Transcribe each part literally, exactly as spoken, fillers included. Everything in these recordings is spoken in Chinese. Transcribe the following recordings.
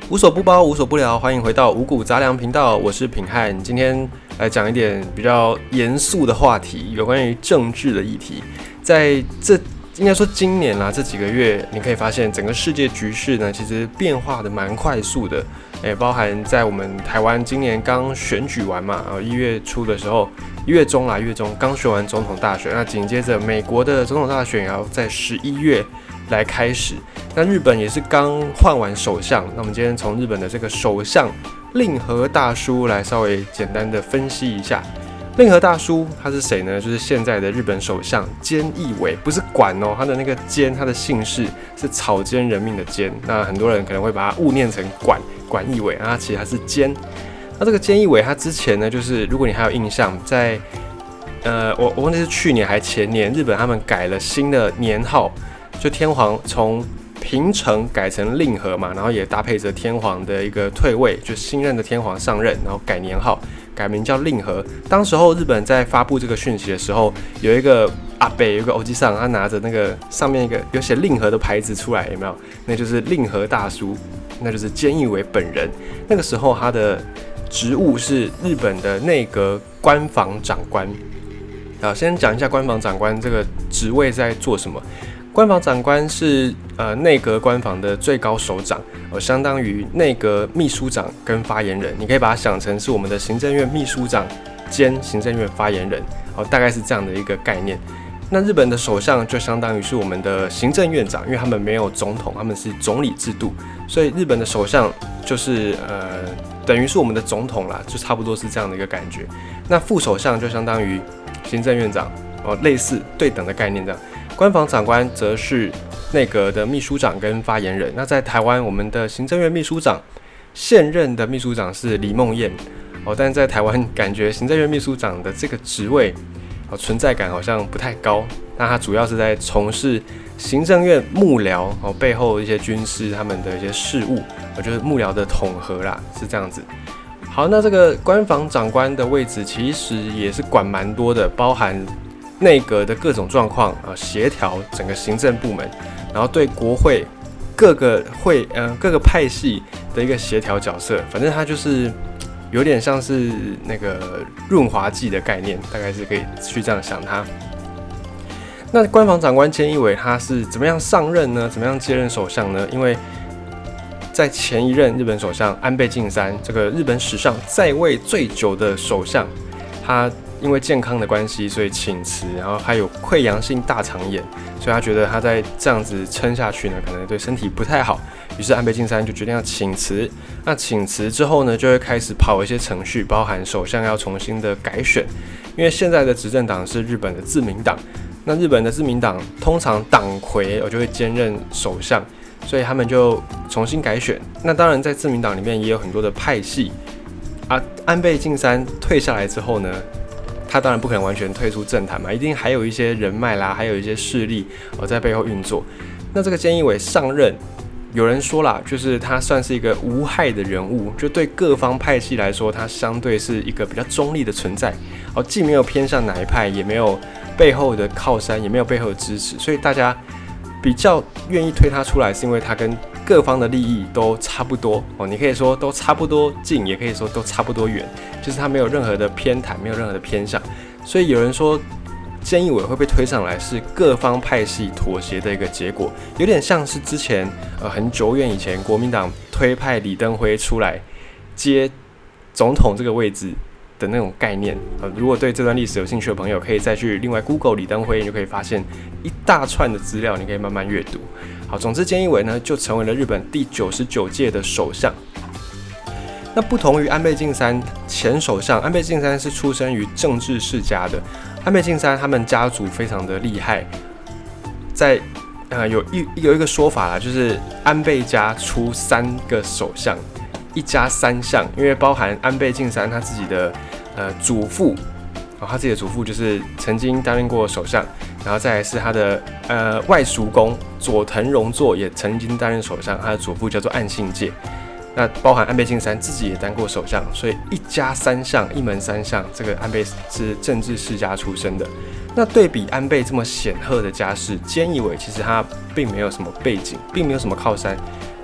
无所不包，无所不聊，欢迎回到五谷杂粮频道，我是品汉。今天来讲一点比较严肃的话题，有关于政治的议题。在这应该说今年啦，这几个月你可以发现整个世界局势呢，其实变化的蛮快速的。诶，包含在我们台湾今年刚选举完嘛，一月初的时候，一月中啦，一月中刚选完总统大选，那紧接着美国的总统大选也要在十一月来开始。那日本也是刚换完首相，那我们今天从日本的这个首相令和大叔来稍微简单的分析一下。令和大叔他是谁呢？就是现在的日本首相菅义伟，不是管哦，他的那个菅，他的姓氏是草菅人命的菅。那很多人可能会把他误念成管管义伟，那其实他是菅。那这个菅义伟他之前呢，就是如果你还有印象，在呃我我忘记是去年还前年，日本他们改了新的年号，就天皇从平成改成令和嘛，然后也搭配着天皇的一个退位，就新任的天皇上任，然后改年号，改名叫令和。当时候日本在发布这个讯息的时候，有一个阿伯，有一个欧吉桑，他拿着那个上面一个有写令和的牌子出来，有没有？那就是令和大叔，那就是菅义伟本人。那个时候他的职务是日本的内阁官房长官。好，先讲一下官房长官这个职位在做什么。官房长官是呃内阁官房的最高首长，呃，相当于内阁秘书长跟发言人，你可以把它想成是我们的行政院秘书长兼行政院发言人，哦，大概是这样的一个概念。那日本的首相就相当于是我们的行政院长，因为他们没有总统，他们是总理制度，所以日本的首相就是呃等于是我们的总统啦，就差不多是这样的一个感觉。那副首相就相当于行政院长，哦，类似对等的概念这样。官房长官则是内阁的秘书长跟发言人。那在台湾，我们的行政院秘书长现任的秘书长是李梦燕，哦，但在台湾感觉行政院秘书长的这个职位，哦，存在感好像不太高。那他主要是在从事行政院幕僚，哦，背后一些军师他们的一些事务，我觉得幕僚的统合啦，是这样子。好，那这个官房长官的位置其实也是管蛮多的，包含内阁的各种状况啊，协调整个行政部门，然后对国会各个会呃各个派系的一个协调角色，反正它就是有点像是那个润滑剂的概念，大概是可以去这样想它。那官房长官菅义伟他是怎么样上任呢？怎么样接任首相呢？因为在前一任日本首相安倍晋三，这个日本史上在位最久的首相，他因为健康的关系，所以请辞，然后还有溃疡性大肠炎，所以他觉得他在这样子撑下去呢，可能对身体不太好。于是安倍晋三就决定要请辞。那请辞之后呢，就会开始跑一些程序，包含首相要重新的改选，因为现在的执政党是日本的自民党。那日本的自民党通常党魁我就会兼任首相，所以他们就重新改选。那当然在自民党里面也有很多的派系啊。安倍晋三退下来之后呢，他当然不可能完全退出政坛嘛，一定还有一些人脉啦，还有一些势力哦在背后运作。那这个菅义伟上任，有人说啦，就是他算是一个无害的人物，就对各方派系来说，他相对是一个比较中立的存在哦，既没有偏向哪一派，也没有背后的靠山，也没有背后的支持，所以大家比较愿意推他出来，是因为他跟各方的利益都差不多哦，你可以说都差不多近，也可以说都差不多远，就是他没有任何的偏袒，没有任何的偏向，所以有人说菅义伟会被推上来是各方派系妥协的一个结果，有点像是之前呃很久远以前国民党推派李登辉出来接总统这个位置的那种概念。呃，如果对这段历史有兴趣的朋友，可以再去另外 Google 李登辉，你就可以发现一大串的资料，你可以慢慢阅读。好，总之菅义伟呢就成为了日本第九十九届的首相。那不同于安倍晋三前首相，安倍晋三是出生于政治世家的。安倍晋三他们家族非常的厉害，在呃有一有一个说法啦，就是安倍家出三个首相，一家三相，因为包含安倍晋三他自己的呃祖父，哦，他自己的祖父就是曾经担任过首相，然后再来是他的呃外叔公佐藤荣作也曾经担任首相，他的祖父叫做岸信介。那包含安倍晋三自己也当过首相，所以一家三相，一门三相，这个安倍是政治世家出身的。那对比安倍这么显赫的家世，菅义伟其实他并没有什么背景，并没有什么靠山。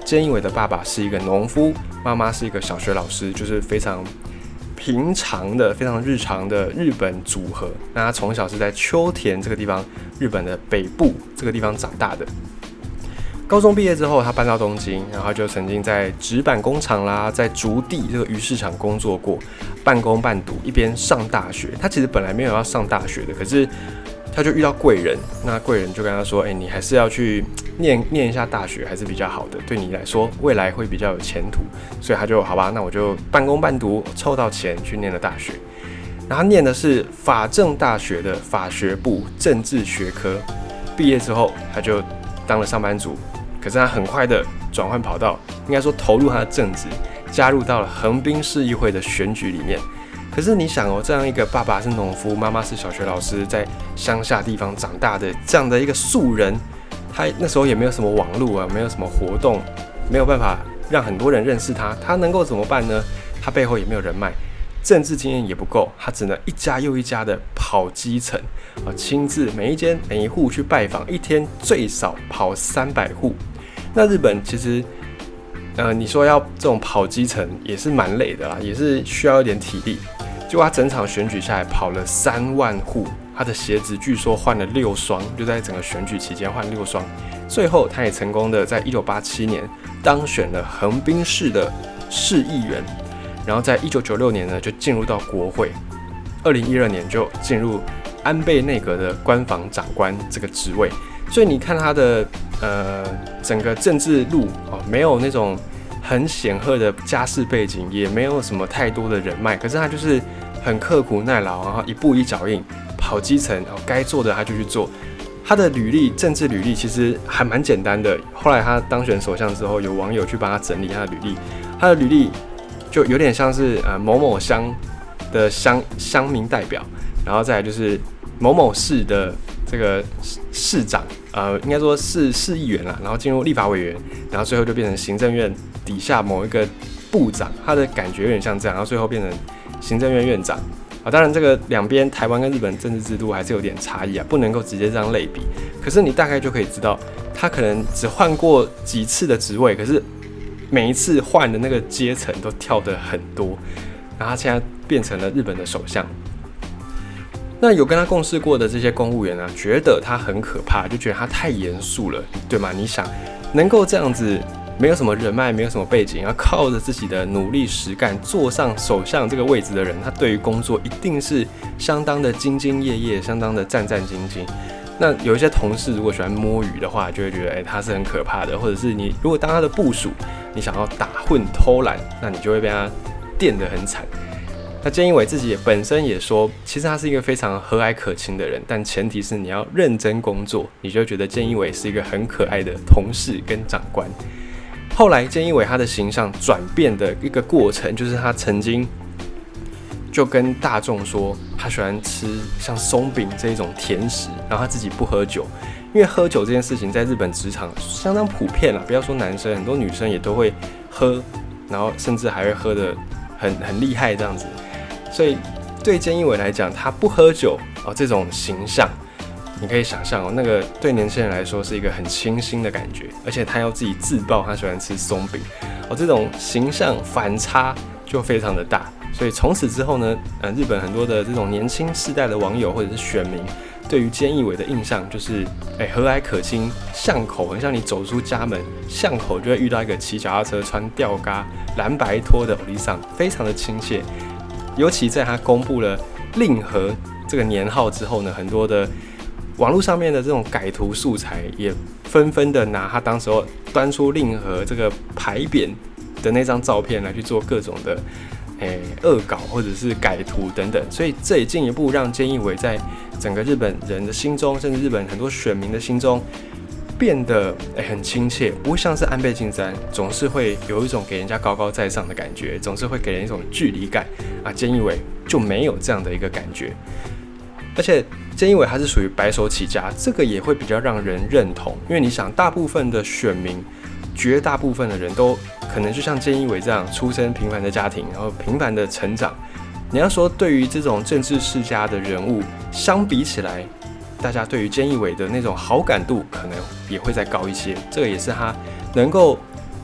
菅义伟的爸爸是一个农夫，妈妈是一个小学老师，就是非常平常的、非常日常的日本组合。那他从小是在秋田这个地方，日本的北部这个地方长大的。高中毕业之后，他搬到东京，然后就曾经在纸板工厂啦，在竹地这个鱼市场工作过，半工半读，一边上大学。他其实本来没有要上大学的，可是他就遇到贵人，那贵人就跟他说：“哎、欸，你还是要去念念一下大学，还是比较好的，对你来说未来会比较有前途。”所以他就好吧，那我就半工半读，凑到钱去念了大学。然后他念的是法政大学的法学部政治学科。毕业之后，他就当了上班族。可是他很快的转换跑道，应该说投入他的正职，加入到了横滨市议会的选举里面。可是你想哦，这样一个爸爸是农夫，妈妈是小学老师，在乡下地方长大的这样的一个素人，他那时候也没有什么网络啊，没有什么活动，没有办法让很多人认识他，他能够怎么办呢？他背后也没有人脉，政治经验也不够，他只能一家又一家的跑基层啊，亲自每一间每一户去拜访，一天最少跑三百户。那日本其实，呃，你说要这种跑基层也是蛮累的啦，也是需要一点体力。结果他整场选举下来跑了三万户，他的鞋子据说换了六双，就在整个选举期间换六双。最后他也成功的在一九八七年当选了横滨市的市议员，然后在一九九六年呢就进入到国会，二零一二年就进入安倍内阁的官房长官这个职位。所以你看他的呃整个政治路哦，没有那种很显赫的家世背景，也没有什么太多的人脉，可是他就是很刻苦耐劳，然后一步一脚印跑基层，然后该做的他就去做。他的履历，政治履历其实还蛮简单的。后来他当选首相之后，有网友去帮他整理他的履历，他的履历就有点像是呃某某乡的乡乡民代表，然后再来就是某某市的这个市长。呃，应该说是市议员啦，然后进入立法委员，然后最后就变成行政院底下某一个部长，他的感觉有点像这样，然后最后变成行政院院长。啊，当然这个两边台湾跟日本政治制度还是有点差异啊，不能够直接这样类比。可是你大概就可以知道，他可能只换过几次的职位，可是每一次换的那个阶层都跳得很多，然后他现在变成了日本的首相。那有跟他共事过的这些公务员啊，觉得他很可怕，就觉得他太严肃了，对吗？你想，能够这样子，没有什么人脉，没有什么背景，要靠着自己的努力实干坐上首相这个位置的人，他对于工作一定是相当的兢兢业业，相当的战战兢兢。那有一些同事如果喜欢摸鱼的话，就会觉得，哎、欸，他是很可怕的，或者是你如果当他的部属，你想要打混偷懒，那你就会被他电得很惨。那菅义伟自己也本身也说，其实他是一个非常和蔼可亲的人，但前提是你要认真工作，你就觉得菅义伟是一个很可爱的同事跟长官。后来菅义伟他的形象转变的一个过程，就是他曾经就跟大众说，他喜欢吃像松饼这一种甜食，然后他自己不喝酒，因为喝酒这件事情在日本职场相当普遍啦，不要说男生，很多女生也都会喝，然后甚至还会喝得很很厉害这样子。所以对菅义伟来讲，他不喝酒哦，这种形象，你可以想象哦，那个对年轻人来说是一个很清新的感觉，而且他要自己自爆他喜欢吃松饼哦，这种形象反差就非常的大。所以从此之后呢，呃，日本很多的这种年轻世代的网友或者是选民，对于菅义伟的印象就是，哎、欸，和蔼可亲，巷口很像你走出家门，巷口就会遇到一个骑脚踏车、穿吊嘎、蓝白拖的欧里桑，非常的亲切。尤其在他公布了令和这个年号之后呢，很多的网络上面的这种改图素材也纷纷的拿他当时候端出令和这个牌匾的那张照片来去做各种的诶恶搞或者是改图等等，所以这也进一步让菅义伟在整个日本人的心中，甚至日本很多选民的心中变得、欸、很亲切，不会像是安倍晋三总是会有一种给人家高高在上的感觉，总是会给人一种距离感啊。菅义伟就没有这样的一个感觉，而且菅义伟他是属于白手起家，这个也会比较让人认同，因为你想，大部分的选民，绝大部分的人都可能就像菅义伟这样出身平凡的家庭，然后平凡的成长。你要说对于这种政治世家的人物相比起来，大家对于菅义伟的那种好感度可能也会再高一些，这个也是他能够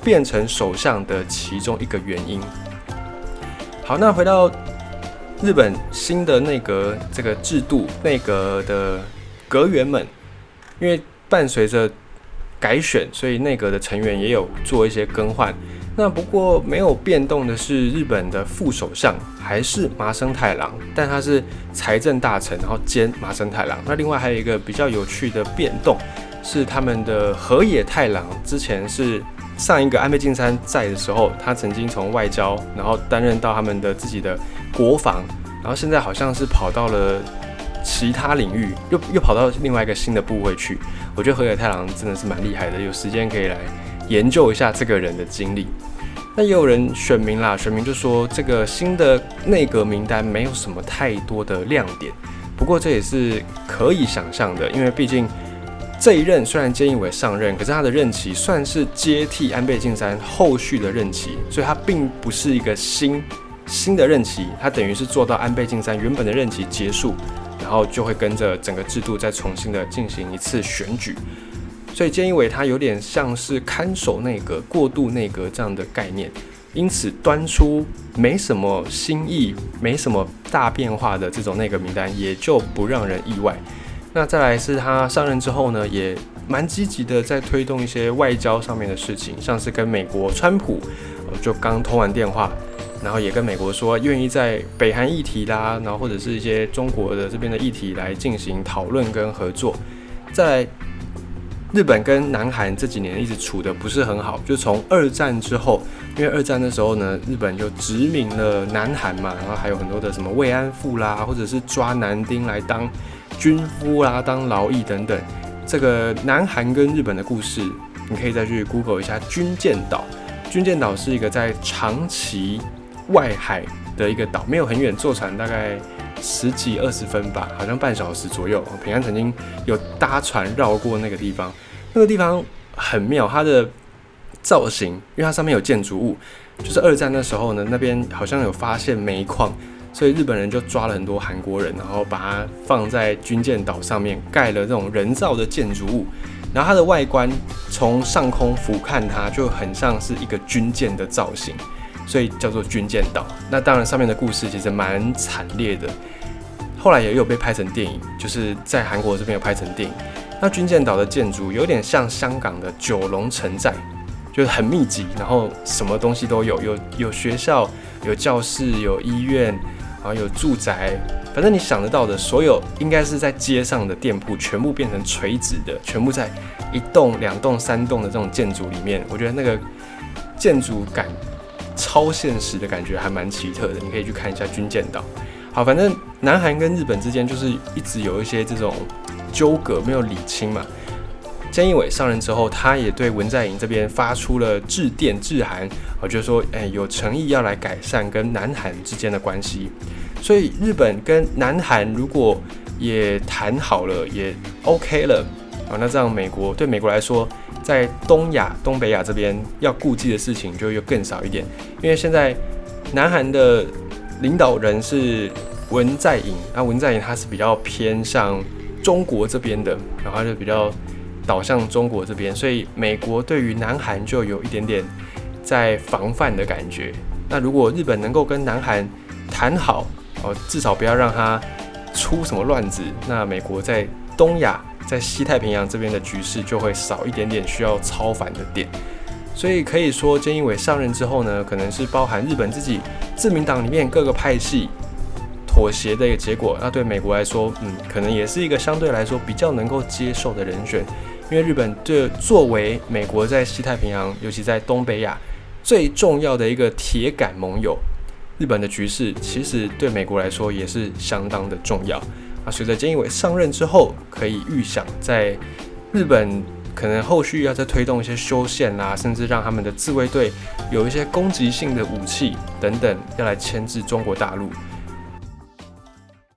变成首相的其中一个原因。好，那回到日本新的内阁这个制度，内阁的阁员们，因为伴随着改选，所以内阁的成员也有做一些更换。那不过没有变动的是，日本的副首相还是麻生太郎，但他是财政大臣，然后兼麻生太郎。那另外还有一个比较有趣的变动是，他们的河野太郎之前是上一个安倍晋三在的时候，他曾经从外交，然后担任到他们的自己的国防，然后现在好像是跑到了其他领域，又又跑到另外一个新的部会去。我觉得河野太郎真的是蛮厉害的，有时间可以来研究一下这个人的经历。那也有人选民啦，选民就说这个新的内阁名单没有什么太多的亮点，不过这也是可以想象的，因为毕竟这一任虽然菅义伟上任，可是他的任期算是接替安倍晋三后续的任期，所以他并不是一个新新的任期，他等于是做到安倍晋三原本的任期结束，然后就会跟着整个制度再重新的进行一次选举。所以菅义伟他有点像是看守内阁、过渡内阁这样的概念，因此端出没什么新意、没什么大变化的这种内阁名单，也就不让人意外。那再来是他上任之后呢，也蛮积极的在推动一些外交上面的事情，像是跟美国川普就刚通完电话，然后也跟美国说愿意在北韩议题啦，然后或者是一些中国的这边的议题来进行讨论跟合作。再来，日本跟南韩这几年一直处的不是很好，就从二战之后，因为二战的时候呢，日本就殖民了南韩嘛，然后还有很多的什么慰安妇啦，或者是抓男丁来当军夫啦、当劳役等等。这个南韩跟日本的故事，你可以再去 Google 一下军舰岛。军舰岛是一个在长崎外海的一个岛，没有很远，坐船大概十几二十分吧，好像半小时左右。平安曾经有搭船绕过那个地方，那个地方很妙，它的造型，因为它上面有建筑物，就是二战那时候呢，那边好像有发现煤矿，所以日本人就抓了很多韩国人，然后把它放在军舰岛上面，盖了这种人造的建筑物。然后它的外观从上空俯瞰它，就很像是一个军舰的造型，所以叫做军舰岛。那当然上面的故事其实蛮惨烈的，后来也有被拍成电影，就是在韩国这边有拍成电影。那军舰岛的建筑有点像香港的九龙城寨，就是很密集，然后什么东西都有，有有学校、有教室、有医院，然后有住宅，反正你想得到的所有应该是在街上的店铺，全部变成垂直的，全部在一栋、两栋、三栋的这种建筑里面。我觉得那个建筑感超现实的感觉还蛮奇特的，你可以去看一下军舰岛。好，反正南韩跟日本之间就是一直有一些这种纠葛没有理清嘛。菅义伟上任之后，他也对文在寅这边发出了致电致函，就是说，哎，有诚意要来改善跟南韩之间的关系。所以日本跟南韩如果也谈好了，也 OK 了，那这样美国对美国来说，在东亚、东北亚这边要顾忌的事情就又更少一点，因为现在南韩的领导人是文在寅，那文在寅他是比较偏向中国这边的，然后他就比较导向中国这边，所以美国对于南韩就有一点点在防范的感觉。那如果日本能够跟南韩谈好，哦，至少不要让他出什么乱子，那美国在东亚、在西太平洋这边的局势就会少一点点需要操烦的点。所以可以说，菅义伟上任之后呢，可能是包含日本自己自民党里面各个派系妥协的一个结果。那对美国来说，嗯，可能也是一个相对来说比较能够接受的人选，因为日本这作为美国在西太平洋，尤其在东北亚最重要的一个铁杆盟友，日本的局势其实对美国来说也是相当的重要。啊，随着菅义伟上任之后，可以预想在日本可能后续要再推动一些修宪啦，甚至让他们的自卫队有一些攻击性的武器等等，要来牵制中国大陆。